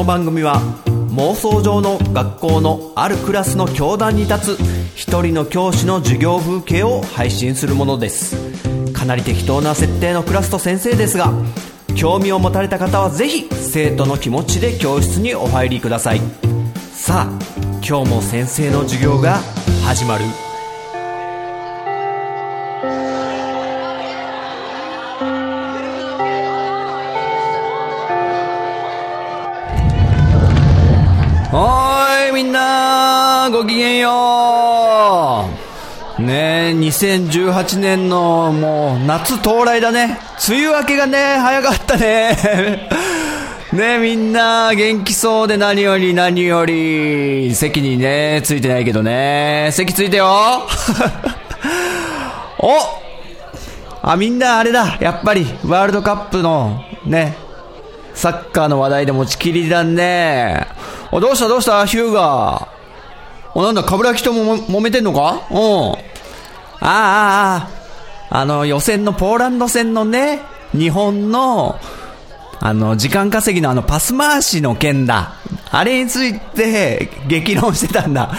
の番組は妄想上の学校のあるクラスの教壇に立つ一人の教師の授業風景を配信するものです。かなり適当な設定のクラスと先生ですが、興味を持たれた方はぜひ生徒の気持ちで教室にお入りください。さあ、今日も先生の授業が始まる。みんなごきげんようね。2018年のもう夏到来だね。梅雨明けがね早かったねね、みんな元気そうで何より席にねついてないけどね、席ついてよみんなあれだ、やっぱりワールドカップのねサッカーの話題で持ちきりだね。どうしたヒューガー。なんだ、冠城とも揉めてんのか。予選のポーランド戦のね、日本の時間稼ぎのパス回しの件だ。あれについて激論してたんだ。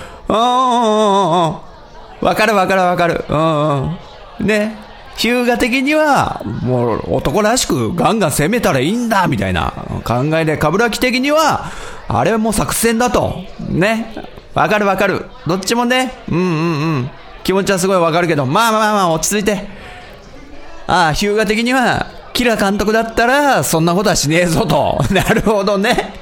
わかる。ね、ヒューガ的にはもう男らしくガンガン攻めたらいいんだみたいな考えで、冠城的にはあれはもう作戦だとね。わかる。どっちもね、気持ちはすごいわかるけど、まあ落ち着いて。ヒューガ的にはキラ監督だったらそんなことはしねえぞと。なるほどね。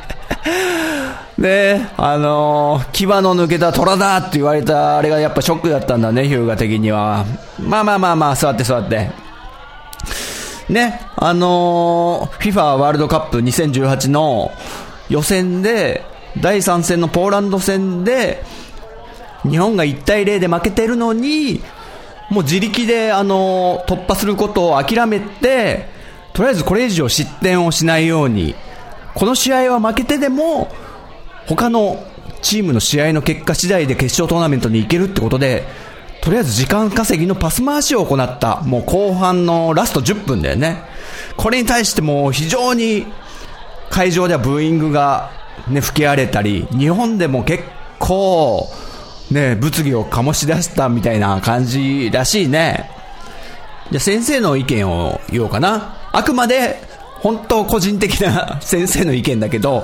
で、牙の抜けた虎だって言われたあれがやっぱショックだったんだね、ヒューガ的には。まあ座ってね。FIFA ワールドカップ2018の予選で第3戦のポーランド戦で日本が1対0で負けてるのに、もう自力で突破することを諦めて、とりあえずこれ以上失点をしないように、この試合は負けてでも他のチームの試合の結果次第で決勝トーナメントに行けるってことで、とりあえず時間稼ぎのパス回しを行った。もう後半のラスト10分だよね。これに対しても非常に会場ではブーイングがね吹き荒れたり、日本でも結構ね物議を醸し出したみたいな感じらしいね。じゃあ先生の意見を言おうかな。あくまで本当個人的な先生の意見だけど、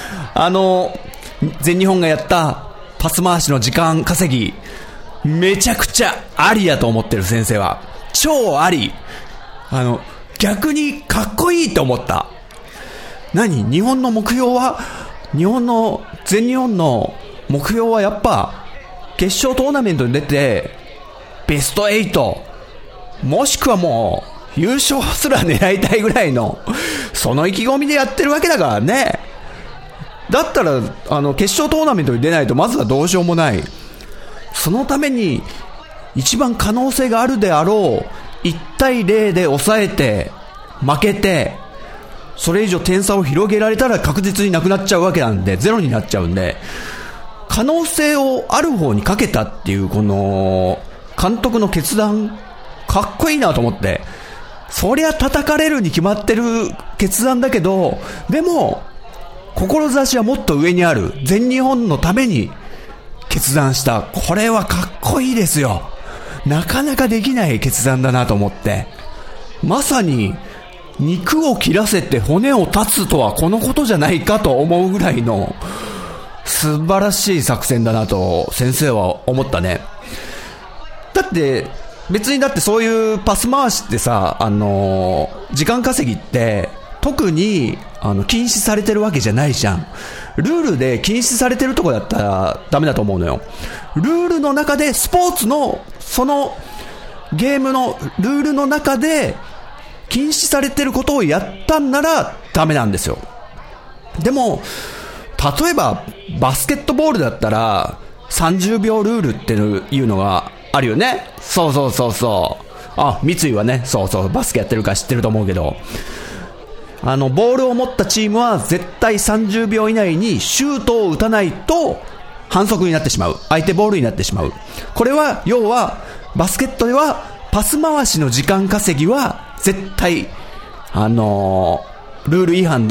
全日本がやったパス回しの時間稼ぎ、めちゃくちゃありやと思ってる先生は。超あり。逆にかっこいいと思った。日本の目標は、全日本の目標はやっぱ決勝トーナメントに出てベスト8、もしくはもう優勝すら狙いたいぐらいのその意気込みでやってるわけだからね。だったら決勝トーナメントに出ないとまずはどうしようもない。そのために一番可能性があるであろう1対0で抑えて負けて、それ以上点差を広げられたら確実になくなっちゃうわけなんで、ゼロになっちゃうんで、可能性をある方にかけたっていうこの監督の決断、かっこいいなと思って。そりゃ叩かれるに決まってる決断だけど、でも志はもっと上にある。全日本のために決断した。これはかっこいいですよ。なかなかできない決断だなと思って。まさに肉を切らせて骨を断つとはこのことじゃないかと思うぐらいの素晴らしい作戦だなと先生は思ったね。だって別にそういうパス回しってさ、時間稼ぎって特に禁止されてるわけじゃないじゃん。ルールで禁止されてるとこだったらダメだと思うのよ。ルールの中で、スポーツのそのゲームのルールの中で禁止されてることをやったんならダメなんですよ。でも例えばバスケットボールだったら30秒ルールっていうのがあるよね。そう。三井はね、バスケやってるから知ってると思うけど、ボールを持ったチームは絶対30秒以内にシュートを打たないと反則になってしまう。相手ボールになってしまう。これは要はバスケットではパス回しの時間稼ぎは絶対ルール違反だと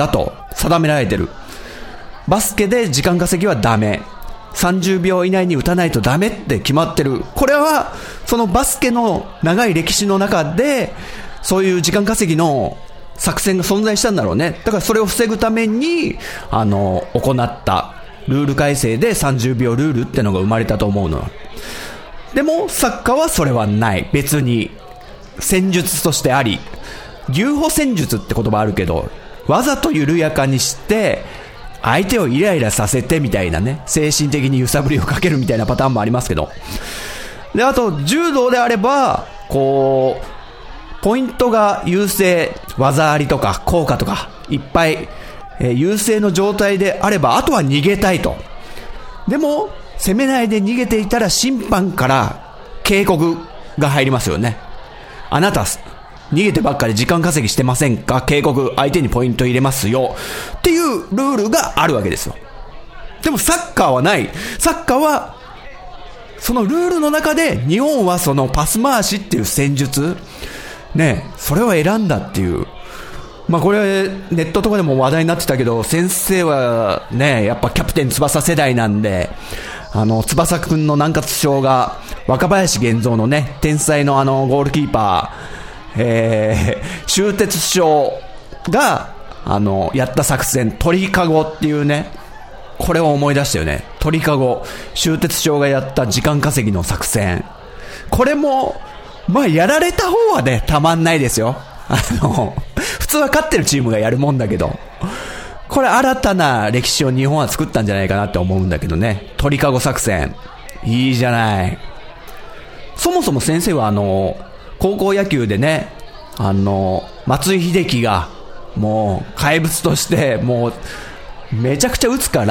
定められてる。バスケで時間稼ぎはダメ。30秒以内に打たないとダメって決まってる。これは、そのバスケの長い歴史の中で、そういう時間稼ぎの作戦が存在したんだろうね。だからそれを防ぐために、行ったルール改正で30秒ルールってのが生まれたと思うの。でも、サッカーはそれはない。別に、戦術としてあり。牛歩戦術って言葉あるけど、わざと緩やかにして相手をイライラさせてみたいなね、精神的に揺さぶりをかけるみたいなパターンもありますけど、であと柔道であればこうポイントが優勢、技ありとか効果とかいっぱい、優勢の状態であればあとは逃げたいと。でも攻めないで逃げていたら審判から警告が入りますよね。あなた逃げてばっかり時間稼ぎしてませんか、警告、相手にポイント入れますよっていうルールがあるわけですよ。でもサッカーはない。サッカーはそのルールの中で日本はそのパス回しっていう戦術ね、それを選んだっていう。まあこれネットとかでも話題になってたけど、先生はねやっぱキャプテン翼世代なんで、翼くんの南葛賞が若林源三のね天才のゴールキーパー終鉄賞がやった作戦、鳥かごっていうね、これを思い出したよね。鳥かご、終鉄賞がやった時間稼ぎの作戦、これもまあやられた方はねたまんないですよ。普通は勝ってるチームがやるもんだけど、これ新たな歴史を日本は作ったんじゃないかなって思うんだけどね。鳥かご作戦いいじゃない。そもそも先生は高校野球でね、松井秀喜がもう怪物としてもうめちゃくちゃ打つから、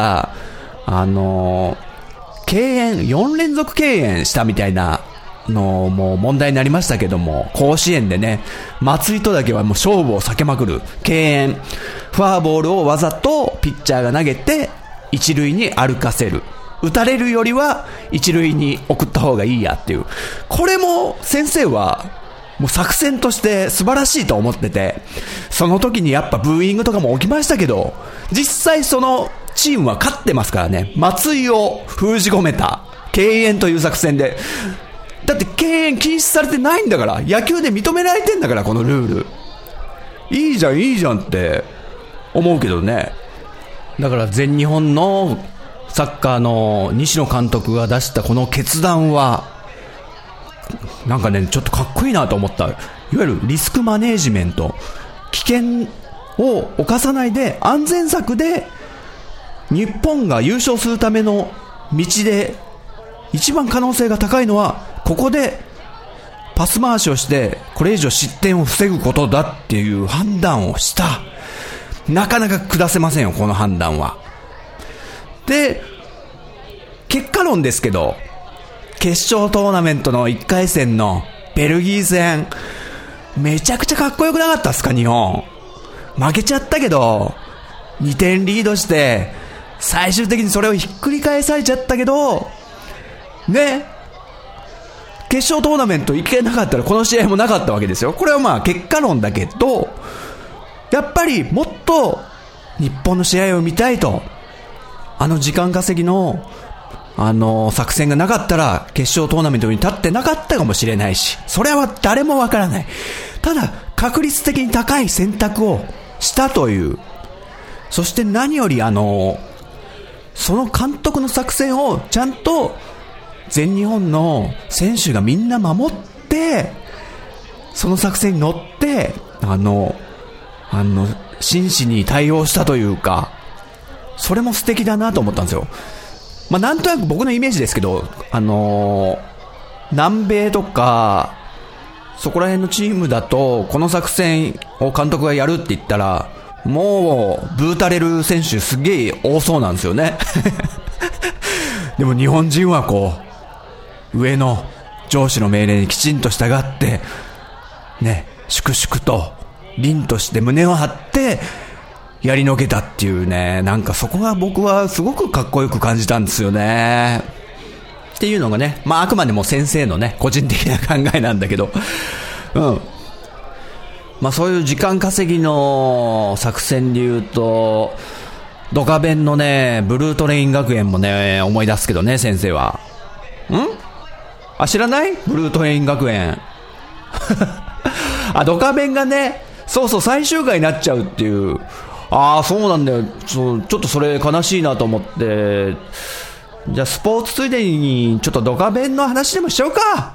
敬遠、4連続敬遠したみたいなのもう問題になりましたけども、甲子園でね、松井とだけはもう勝負を避けまくる。敬遠、フォアボールをわざとピッチャーが投げて一塁に歩かせる。打たれるよりは一塁に送った方がいいやっていう。これも先生はもう作戦として素晴らしいと思ってて、その時にやっぱブーイングとかも起きましたけど、実際そのチームは勝ってますからね。松井を封じ込めた敬遠という作戦で。だって敬遠禁止されてないんだから、野球で認められてんだから、このルール。いいじゃんいいじゃんって思うけどね。だから全日本のサッカーの西野監督が出したこの決断はなんかねちょっとかっこいいなと思った。いわゆるリスクマネージメント、危険を犯さないで安全策で日本が優勝するための道で一番可能性が高いのはここでパス回しをしてこれ以上失点を防ぐことだっていう判断をした。なかなか下せませんよこの判断は。で結果論ですけど、決勝トーナメントの1回戦のベルギー戦めちゃくちゃかっこよくなかったっすか。日本負けちゃったけど2点リードして最終的にそれをひっくり返されちゃったけどね、決勝トーナメント行けなかったらこの試合もなかったわけですよ。これはまあ結果論だけど、やっぱりもっと日本の試合を見たいと、時間稼ぎの作戦がなかったら決勝トーナメントに立ってなかったかもしれないし、それは誰もわからない。ただ確率的に高い選択をしたという、そして何よりその監督の作戦をちゃんと全日本の選手がみんな守ってその作戦に乗って真摯に対応したというか、それも素敵だなと思ったんですよ。まあなんとなく僕のイメージですけど、南米とかそこら辺のチームだとこの作戦を監督がやるって言ったらもうブータれる選手すげえ多そうなんですよねでも日本人はこう上の上司の命令にきちんと従ってね、粛々と凛として胸を張ってやりのけたっていうね、なんかそこが僕はすごくかっこよく感じたんですよねっていうのがね、まああくまでも先生のね個人的な考えなんだけど、 まあそういう時間稼ぎの作戦で言うと、ドカベンのね、ブルートレイン学園もね、思い出すけどね、先生は。知らない？ブルートレイン学園。ドカベンがね、そう最終回になっちゃうっていう。そうなんだよ。ちょっとそれ悲しいなと思って。じゃあスポーツついでに、ちょっとドカベンの話でもしちゃおうか。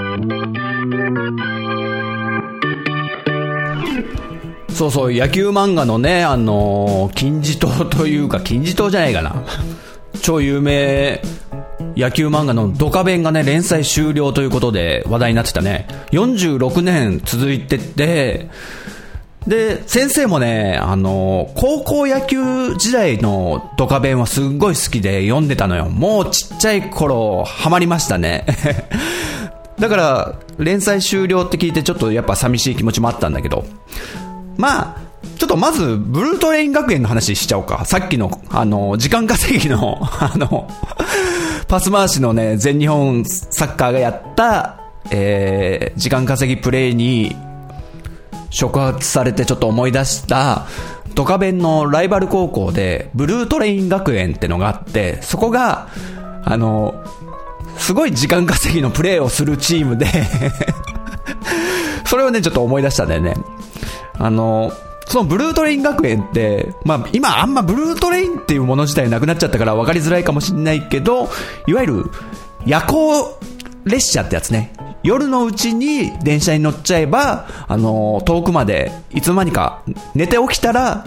野球漫画のね、金字塔というか、金字塔じゃないかな。超有名野球漫画のドカベンがね、連載終了ということで話題になってたね。46年続いてて、で、先生もね、高校野球時代のドカベンはすっごい好きで読んでたのよ。もうちっちゃい頃ハマりましたね。だから連載終了って聞いてちょっとやっぱ寂しい気持ちもあったんだけど、まあちょっとまずブルートレイン学園の話しちゃおうか。さっきの時間稼ぎのパス回しのね、全日本サッカーがやった、時間稼ぎプレイに触発されてちょっと思い出したドカベンのライバル高校でブルートレイン学園ってのがあって、そこがすごい時間稼ぎのプレイをするチームでそれをねちょっと思い出したんだよね。そのブルートレイン学園って、まあ今あんまブルートレインっていうもの自体なくなっちゃったから分かりづらいかもしれないけど、いわゆる夜行列車ってやつね。夜のうちに電車に乗っちゃえば、遠くまでいつの間にか寝て起きたら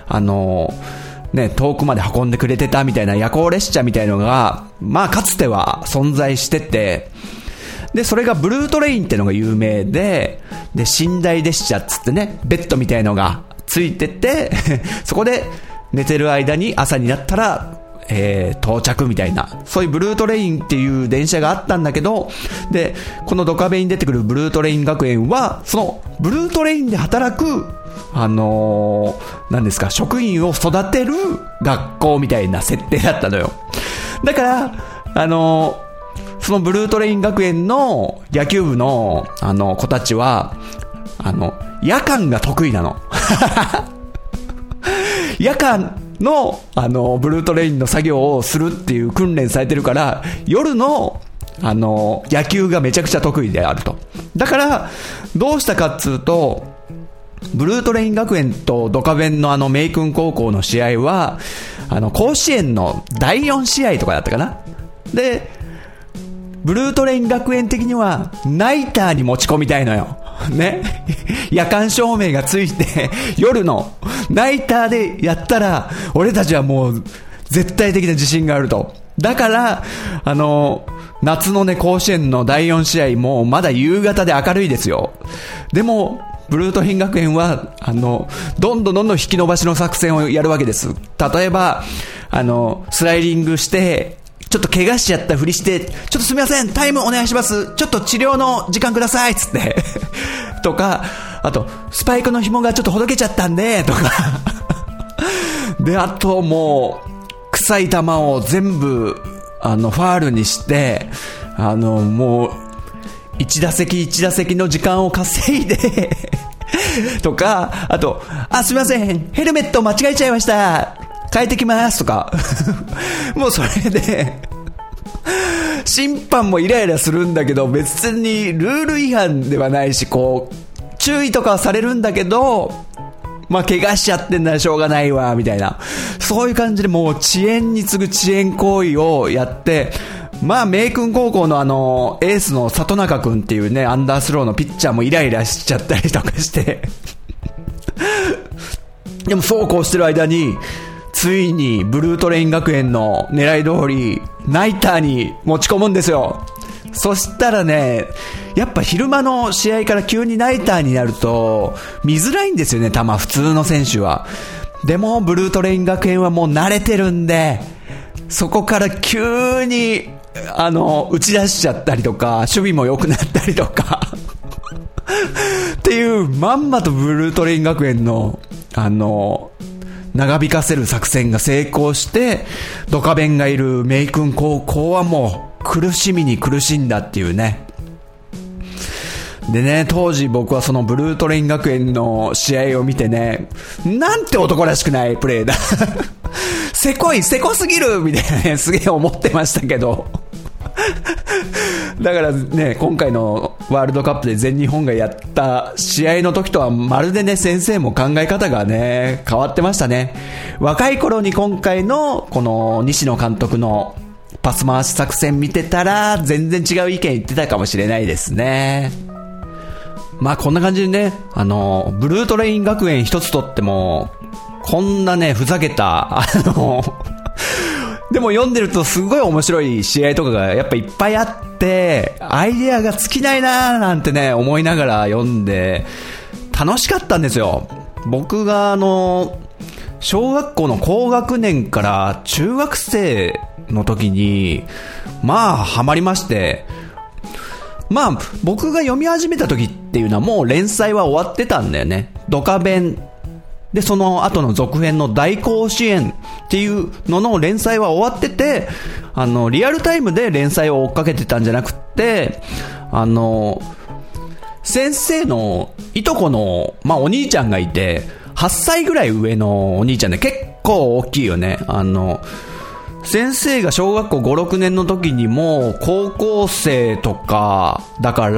遠くまで運んでくれてたみたいな夜行列車みたいのが、まあかつては存在してて、でそれがブルートレインってのが有名で、寝台列車っつってね、ベッドみたいのがついててそこで寝てる間に朝になったら到着みたいな、そういうブルートレインっていう電車があったんだけど、でこのドカベンに出てくるブルートレイン学園はそのブルートレインで働く何ですか、職員を育てる学校みたいな設定だったのよ。だからそのブルートレイン学園の野球部の子たちは夜間が得意なの夜間のブルートレインの作業をするっていう訓練されてるから、夜の野球がめちゃくちゃ得意であると。だからどうしたかっつうと、ブルートレイン学園とドカベンのメイクン高校の試合は甲子園の第4試合とかだったかな。でブルートレイン学園的にはナイターに持ち込みたいのよね。夜間照明がついて夜のナイターでやったら俺たちはもう絶対的な自信があると。だから夏のね甲子園の第4試合もまだ夕方で明るいですよ。でもブルートレイン学園はどんどん引き伸ばしの作戦をやるわけです。例えばスライディングしてちょっと怪我しちゃったふりして、ちょっとすみませんタイムお願いします、ちょっと治療の時間くださいつってとか、あとスパイクの紐がちょっとほどけちゃったんでとかで、あともう臭い球を全部ファールにしてもう一打席一打席の時間を稼いでとか、あとすみませんヘルメット間違えちゃいました変えてきますとかもうそれで審判もイライラするんだけど、別にルール違反ではないし、こう注意とかはされるんだけど、まあ怪我しちゃってんならしょうがないわみたいな、そういう感じでもう遅延に次ぐ遅延行為をやって、まあメイクン高校のエースの里中くんっていうねアンダースローのピッチャーもイライラしちゃったりとかしてでもそうこうしてる間についにブルートレイン学園の狙い通りナイターに持ち込むんですよ。そしたらね、やっぱ昼間の試合から急にナイターになると見づらいんですよね、球普通の選手は。でもブルートレイン学園はもう慣れてるんで、そこから急に打ち出しちゃったりとか、守備も良くなったりとかっていうまんまとブルートレイン学園の長引かせる作戦が成功して、ドカベンがいるメイクン高校はもう苦しみに苦しんだっていうね。 でね、当時僕はそのブルートレイン学園の試合を見てね、なんて男らしくないプレーだせこすぎるみたいなね、すげえ思ってましたけどだからね、今回のワールドカップで全日本がやった試合の時とはまるでね、先生も考え方がね変わってましたね。若い頃に今回のこの西野監督のパス回し作戦見てたら全然違う意見言ってたかもしれないですね。まあこんな感じでね、ブルートレイン学園一つとってもこんなねふざけたでも読んでるとすごい面白い試合とかがやっぱいっぱいあって、アイデアが尽きないなーなんてね思いながら読んで楽しかったんですよ。僕が小学校の高学年から中学生の時にまあハマりまして、まあ僕が読み始めた時っていうのはもう連載は終わってたんだよね。ドカベンでその後の続編の大甲子園っていうのの連載は終わってて、リアルタイムで連載を追っかけてたんじゃなくて、先生のいとこの、まあ、お兄ちゃんがいて、8歳ぐらい上のお兄ちゃんで結構大きいよね。先生が小学校5、6年の時にも高校生とかだから、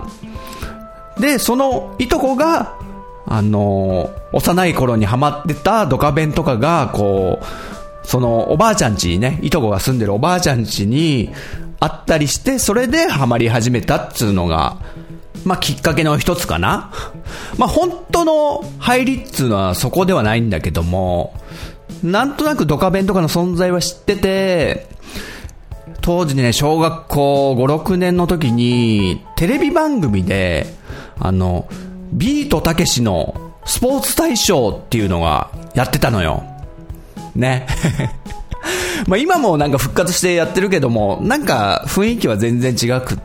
でそのいとこが幼い頃にハマってたドカベンとかがこうそのおばあちゃん家にね、いとこが住んでるおばあちゃん家にあったりして、それでハマり始めたっつうのがまあきっかけの一つかな。まあ本当の入りっつうのはそこではないんだけども、なんとなくドカベンとかの存在は知ってて、当時ね小学校5、6年の時にテレビ番組でビートたけしのスポーツ大賞っていうのがやってたのよねまあ今もなんか復活してやってるけども、なんか雰囲気は全然違くって、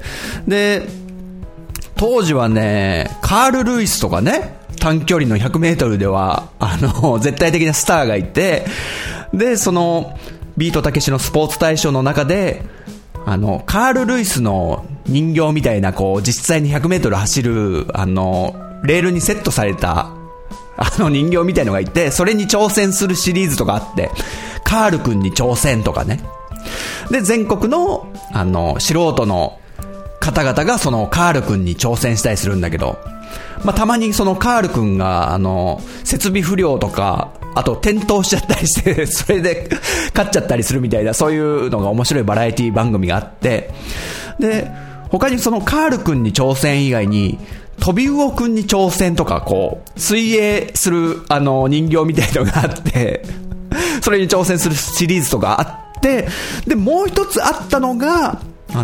で当時はねカール・ルイスとかね、短距離の100メートルでは絶対的なスターがいて、でそのビートたけしのスポーツ大賞の中でカール・ルイスの人形みたいなこう実際に100メートル走るレールにセットされた人形みたいのがいて、それに挑戦するシリーズとかあって、カール君に挑戦とかね。で全国の素人の方々がそのカール君に挑戦したりするんだけど、まあたまにそのカール君が設備不良とか、あと転倒しちゃったりしてそれで勝っちゃったりするみたいな、そういうのが面白いバラエティ番組があって、で他にそのカール君に挑戦以外にトビウオ君に挑戦とか、こう水泳する人形みたいのがあってそれに挑戦するシリーズとかあって、でもう一つあったのが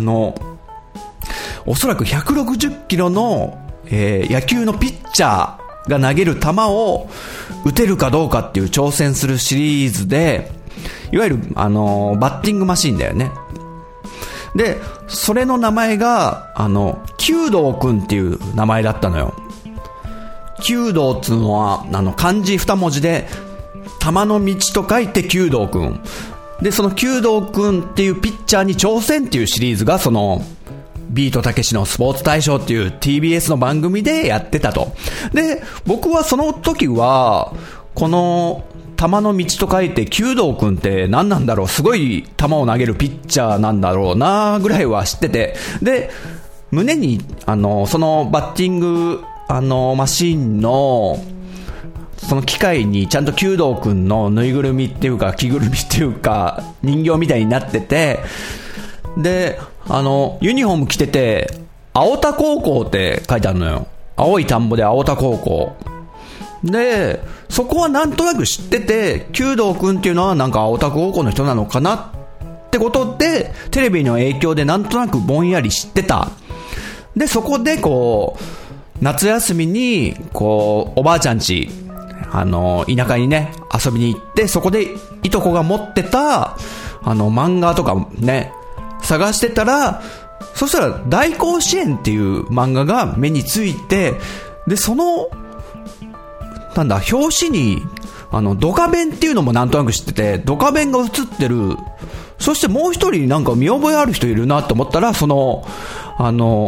おそらく160キロの、野球のピッチャーが投げる球を打てるかどうかっていう挑戦するシリーズで、いわゆるバッティングマシーンだよね。でそれの名前が弓道くんっていう名前だったのよ。弓道っていうのは漢字2文字で玉の道と書いて弓道くんで、その弓道くんっていうピッチャーに挑戦っていうシリーズがそのビートたけしのスポーツ大賞っていう TBS の番組でやってたと。で僕はその時はこの球の道と書いて弓道くんって何なんだろう、すごい球を投げるピッチャーなんだろうなぐらいは知ってて、で胸にそのバッティングマシーンのその機械にちゃんと弓道くんのぬいぐるみっていうか着ぐるみっていうか人形みたいになってて、でユニフォーム着てて青田高校って書いてあるのよ。青い田んぼで青田高校で、そこはなんとなく知ってて、弓道くんっていうのはなんか青田高校の人なのかなってことでテレビの影響でなんとなくぼんやり知ってた。でそこでこう夏休みにこうおばあちゃん家田舎にね遊びに行って、そこでいとこが持ってた漫画とかね探してたら、そしたら大甲子園っていう漫画が目について、でそのなんだ表紙にドカベンっていうのもなんとなく知ってて、ドカベンが映ってる。そしてもう一人なんか見覚えある人いるなと思ったら、その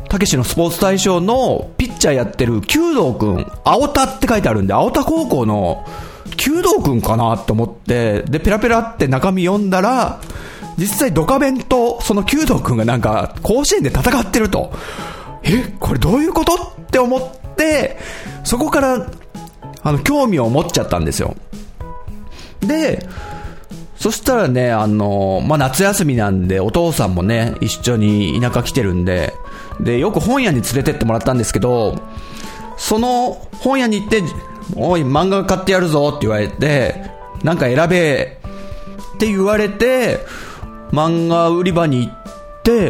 たけしのスポーツ大賞のピッチャーやってる弓道くん、青田って書いてあるんで、青田高校の弓道くんかなと思って、でペラペラって中身読んだら、実際ドカベンとその弓道くんがなんか甲子園で戦ってると、これどういうことって思って、そこから興味を持っちゃったんですよ。でそしたらね、夏休みなんでお父さんもね一緒に田舎来てるんで、よく本屋に連れてってもらったんですけど、その本屋に行って、おい漫画買ってやるぞって言われて、なんか選べって言われて漫画売り場に行って、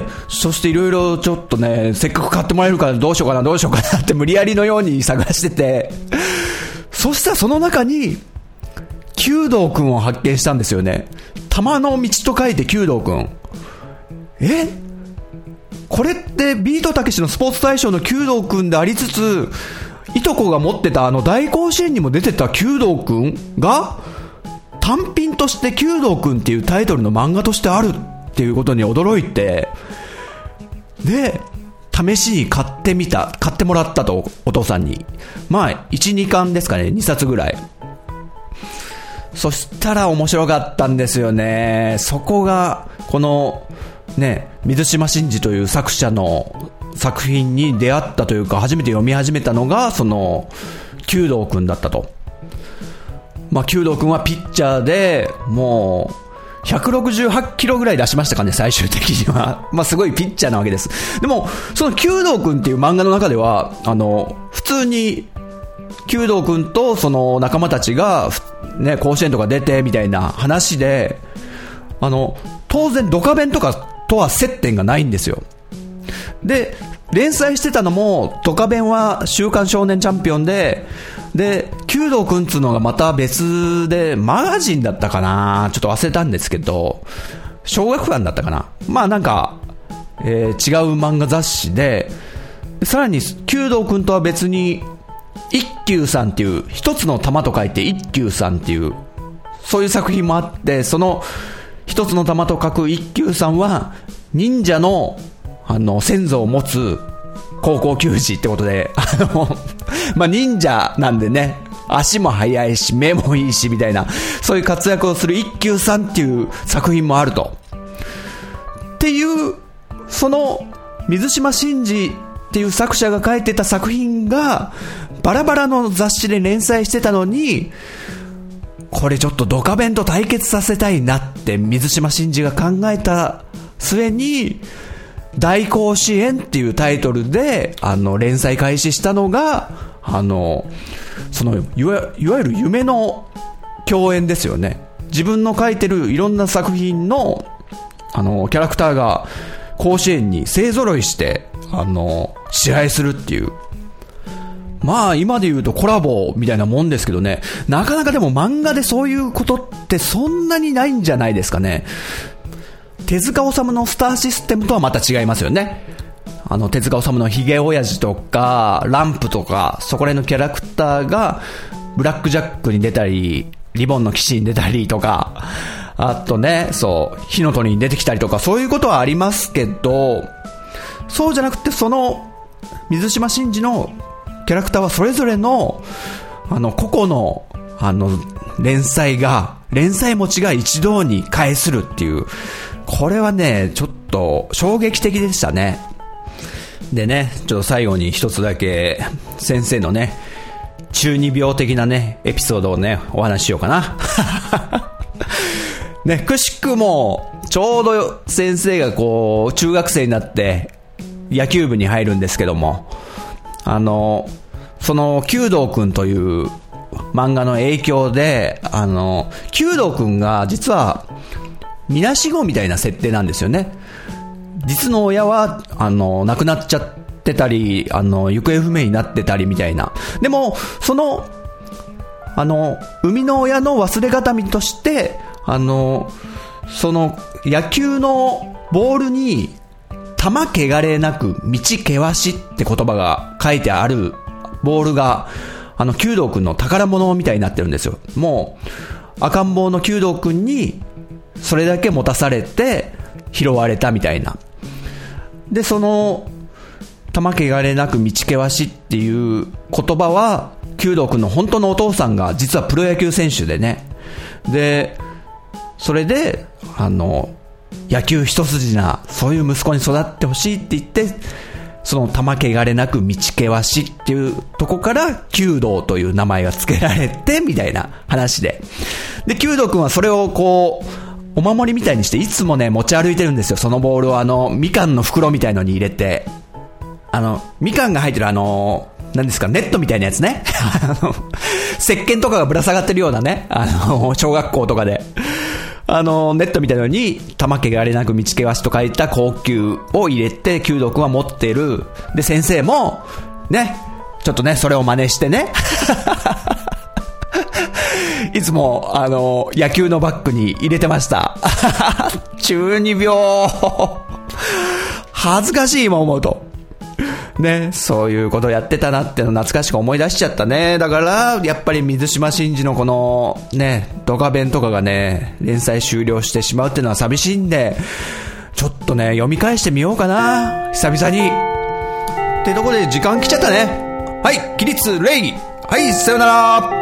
そしていろいろちょっとね、せっかく買ってもらえるからどうしようかなって無理やりのように探してて、そしたらその中に弓道くんを発見したんですよね。玉の道と書いて弓道くん。これってビートたけしのスポーツ大賞の弓道くんでありつつ、いとこが持ってた大甲子園にも出てた弓道くんが単品として弓道くんっていうタイトルの漫画としてあるっていうことに驚いて、で試しに買ってもらったと、お父さんに。1、2巻ですかね、2冊ぐらい。そしたら面白かったんですよね。そこがこのね、水島新司という作者の作品に出会ったというか、初めて読み始めたのがその弓道くんだったと。弓道くんはピッチャーでもう168キロぐらい出しましたかね、最終的には。すごいピッチャーなわけです。でもその弓道くんっていう漫画の中では普通に弓道くんとその仲間たちがね、甲子園とか出てみたいな話で、当然ドカベンとかとは接点がないんですよ。で連載してたのも、ドカベンは週刊少年チャンピオンで弓道くんっつうのがまた別で、マガジンだったかな、ちょっと忘れたんですけど、小学館だったかな、なんか、違う漫画雑誌で、さらに弓道くんとは別に一休さんっていう、一つの玉と書いて一休さんっていう、そういう作品もあって、その一つの玉と書く一休さんは忍者の先祖を持つ高校球児ってことで、忍者なんでね、足も速いし目もいいしみたいな、そういう活躍をする一休さんっていう作品もあると。っていう、その水島新司っていう作者が書いてた作品がバラバラの雑誌で連載してたのに、これちょっとドカベンと対決させたいなって水島新司が考えた末に、大甲子園っていうタイトルで連載開始したのがそのいわゆる夢の共演ですよね。自分の書いてるいろんな作品のキャラクターが甲子園に勢ぞろいして試合するっていう、今で言うとコラボみたいなもんですけどね、なかなかでも漫画でそういうことってそんなにないんじゃないですかね。手塚治虫のスターシステムとはまた違いますよね。手塚治虫のヒゲ親父とかランプとか、そこら辺のキャラクターがブラックジャックに出たり、リボンの騎士に出たりとか、あとね、火の鳥に出てきたりとか、そういうことはありますけど、そうじゃなくて、その水島新司のキャラクターはそれぞれの個々の連載持ちが一堂に会するっていう、これはねちょっと衝撃的でしたね。でね、ちょっと最後に一つだけ先生のね中二病的なねエピソードをねお話ししようかなね、くしくもちょうど先生がこう中学生になって野球部に入るんですけども、その弓道くんという漫画の影響で、弓道くんが実はみなしごみたいな設定なんですよね。実の親は亡くなっちゃってたり、行方不明になってたりみたいな。でもその生みの親の忘れがたみとしてその野球のボールに玉汚れなく道険しって言葉が書いてあるボールが弓道くんの宝物みたいになってるんですよ。もう赤ん坊の弓道くんにそれだけ持たされて拾われたみたいな。でその玉汚れなく道険しっていう言葉は、弓道くんの本当のお父さんが実はプロ野球選手でね。で、それで、野球一筋な、そういう息子に育ってほしいって言って、その玉汚れなく道険しっていうとこから弓道という名前が付けられて、みたいな話で。で、弓道くんはそれをこう、お守りみたいにしていつもね、持ち歩いてるんですよ。そのボールをみかんの袋みたいのに入れて。みかんが入ってる何ですか、ネットみたいなやつね。石鹸とかがぶら下がってるようなね、小学校とかで。ネットみたいなのに、玉汚れなく道険しと書いた高級を入れて、弓道くんは持ってる。で、先生も、ね、ちょっとね、それを真似してね。いつも、野球のバッグに入れてました。中二病。恥ずかしい今思うと。ね、そういうことやってたなっての懐かしく思い出しちゃったね。だから、やっぱり水島新司のこの、ね、ドカベンとかがね、連載終了してしまうっていうのは寂しいんで、ちょっとね、読み返してみようかな。久々に。ってとこで時間来ちゃったね。はい、起立礼。はい、さよなら。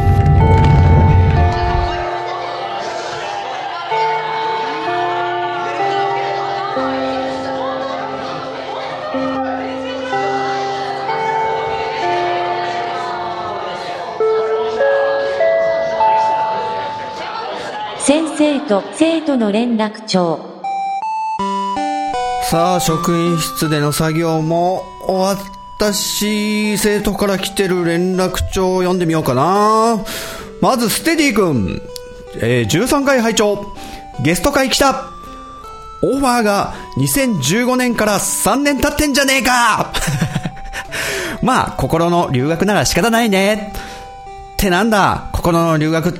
先生と生徒の連絡帳。 さあ、職員室での作業も終わったし、生徒から来てる連絡帳を読んでみようかな。まずステディ君、13回拝聴、ゲスト会来た。オファーが2015年から3年経ってんじゃねえか。まあ心の留学なら仕方ないねってなんだ心の留学って。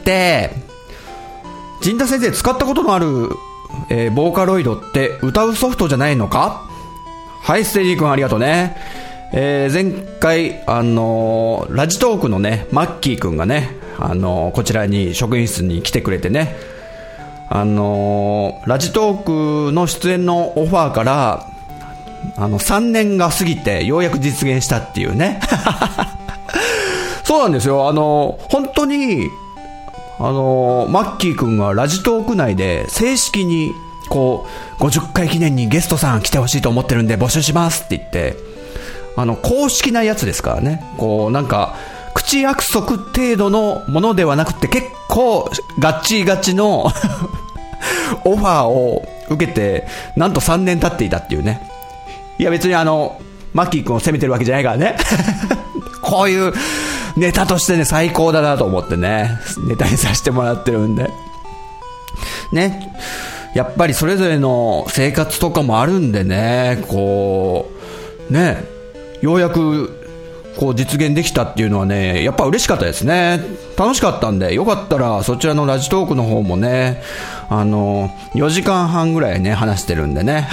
陣田先生使ったことのある、ボーカロイドって歌うソフトじゃないのか。はい、ステディ君ありがとうね。前回ラジトークのねマッキー君がねこちらに職員室に来てくれてね、ラジトークの出演のオファーから3年が過ぎてようやく実現したっていうね。そうなんですよ。本当にマッキーくんがラジトーク内で正式にこう50回記念にゲストさん来てほしいと思ってるんで募集しますって言って、公式なやつですからね。こうなんか口約束程度のものではなくて結構ガッチガチのオファーを受けてなんと3年経っていたっていうね。いや別にマッキーくんを責めてるわけじゃないからね。こういうネタとしてね最高だなと思ってねネタにさせてもらってるんでね。やっぱりそれぞれの生活とかもあるんでね、こうねようやくこう実現できたっていうのはねやっぱ嬉しかったですね。楽しかったんで、よかったらそちらのラジトークの方もね4時間半ぐらいね話してるんでね。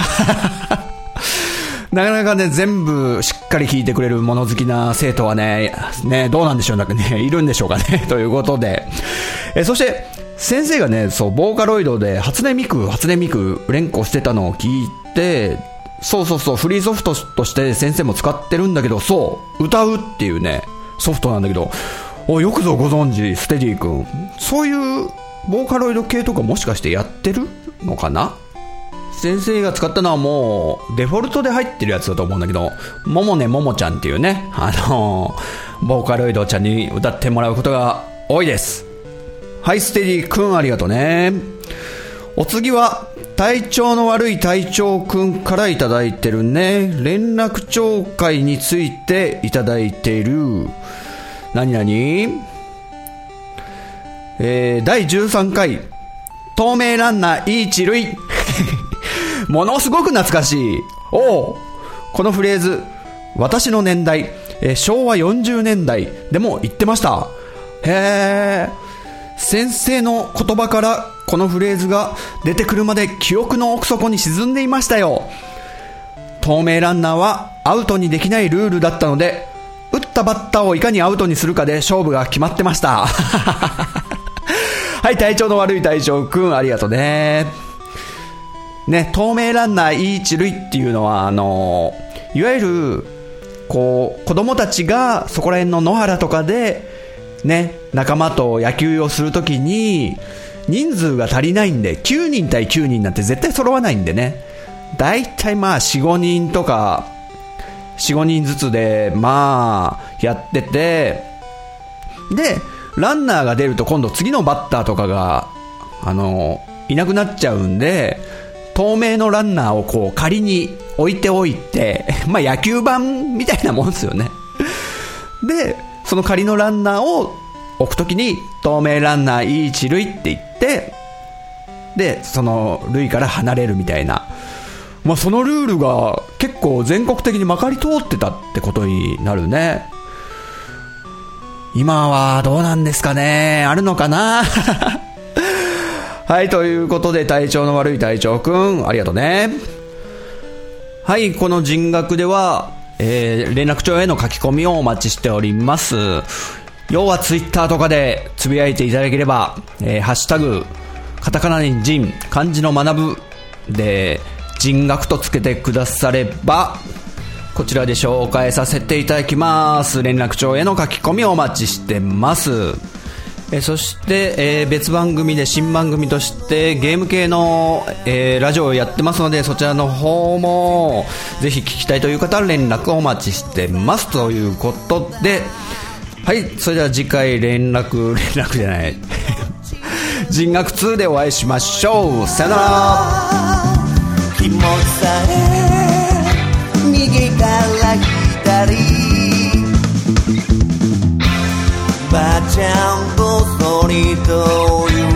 なかなかね全部しっかり聞いてくれる物好きな生徒はねどうなんでしょうねいるんでしょうかね。ということで、そして先生がねボーカロイドで初音ミク連呼してたのを聞いて、そうフリーソフトとして先生も使ってるんだけど、そう歌うっていうねソフトなんだけど、よくぞご存知ステディ君。そういうボーカロイド系とかもしかしてやってるのかな。先生が使ったのはもうデフォルトで入ってるやつだと思うんだけど、ももねももちゃんっていうねボーカロイドちゃんに歌ってもらうことが多いです。はい、ステディ君ありがとうね。お次は体調の悪い隊長君からいただいてるね。連絡帳会についていただいている。何第13回透明ランナーいい一塁。ものすごく懐かしい。このフレーズ私の年代、昭和40年代でも言ってました。へー。先生の言葉からこのフレーズが出てくるまで記憶の奥底に沈んでいましたよ。透明ランナーはアウトにできないルールだったので、打ったバッターをいかにアウトにするかで勝負が決まってました。はい、体調の悪い隊長くんありがとうね。透明ランナーいい一塁っていうのはいわゆるこう子供たちがそこら辺の野原とかでね、仲間と野球をするときに人数が足りないんで、9人対9人なんて絶対揃わないんでね、だいたいまあ 4,5 人とか 4,5 人ずつでまあやってて、でランナーが出ると今度次のバッターとかがいなくなっちゃうんで、透明のランナーをこう仮に置いておいて、まあ野球盤みたいなもんですよね。でその仮のランナーを置くときに透明ランナー1塁って言って、でその塁から離れるみたいな、まあそのルールが結構全国的にまかり通ってたってことになるね。今はどうなんですかね、あるのかなはい、ということで体調の悪い隊長くんありがとうね。はい、この人学では、連絡帳への書き込みをお待ちしております。要はツイッターとかでつぶやいていただければ、ハッシュタグカタカナに人、漢字の学ぶで人学とつけてくだされば、こちらで紹介させていただきます。連絡帳への書き込みをお待ちしてます。そして、別番組で新番組としてゲーム系の、ラジオをやってますので、そちらの方もぜひ聞きたいという方は連絡をお待ちしてますということで、はい、それでは次回連絡じゃない人学2でお会いしましょう。さよなら。 気持ちさえ右から左、ばあちゃんとそりと言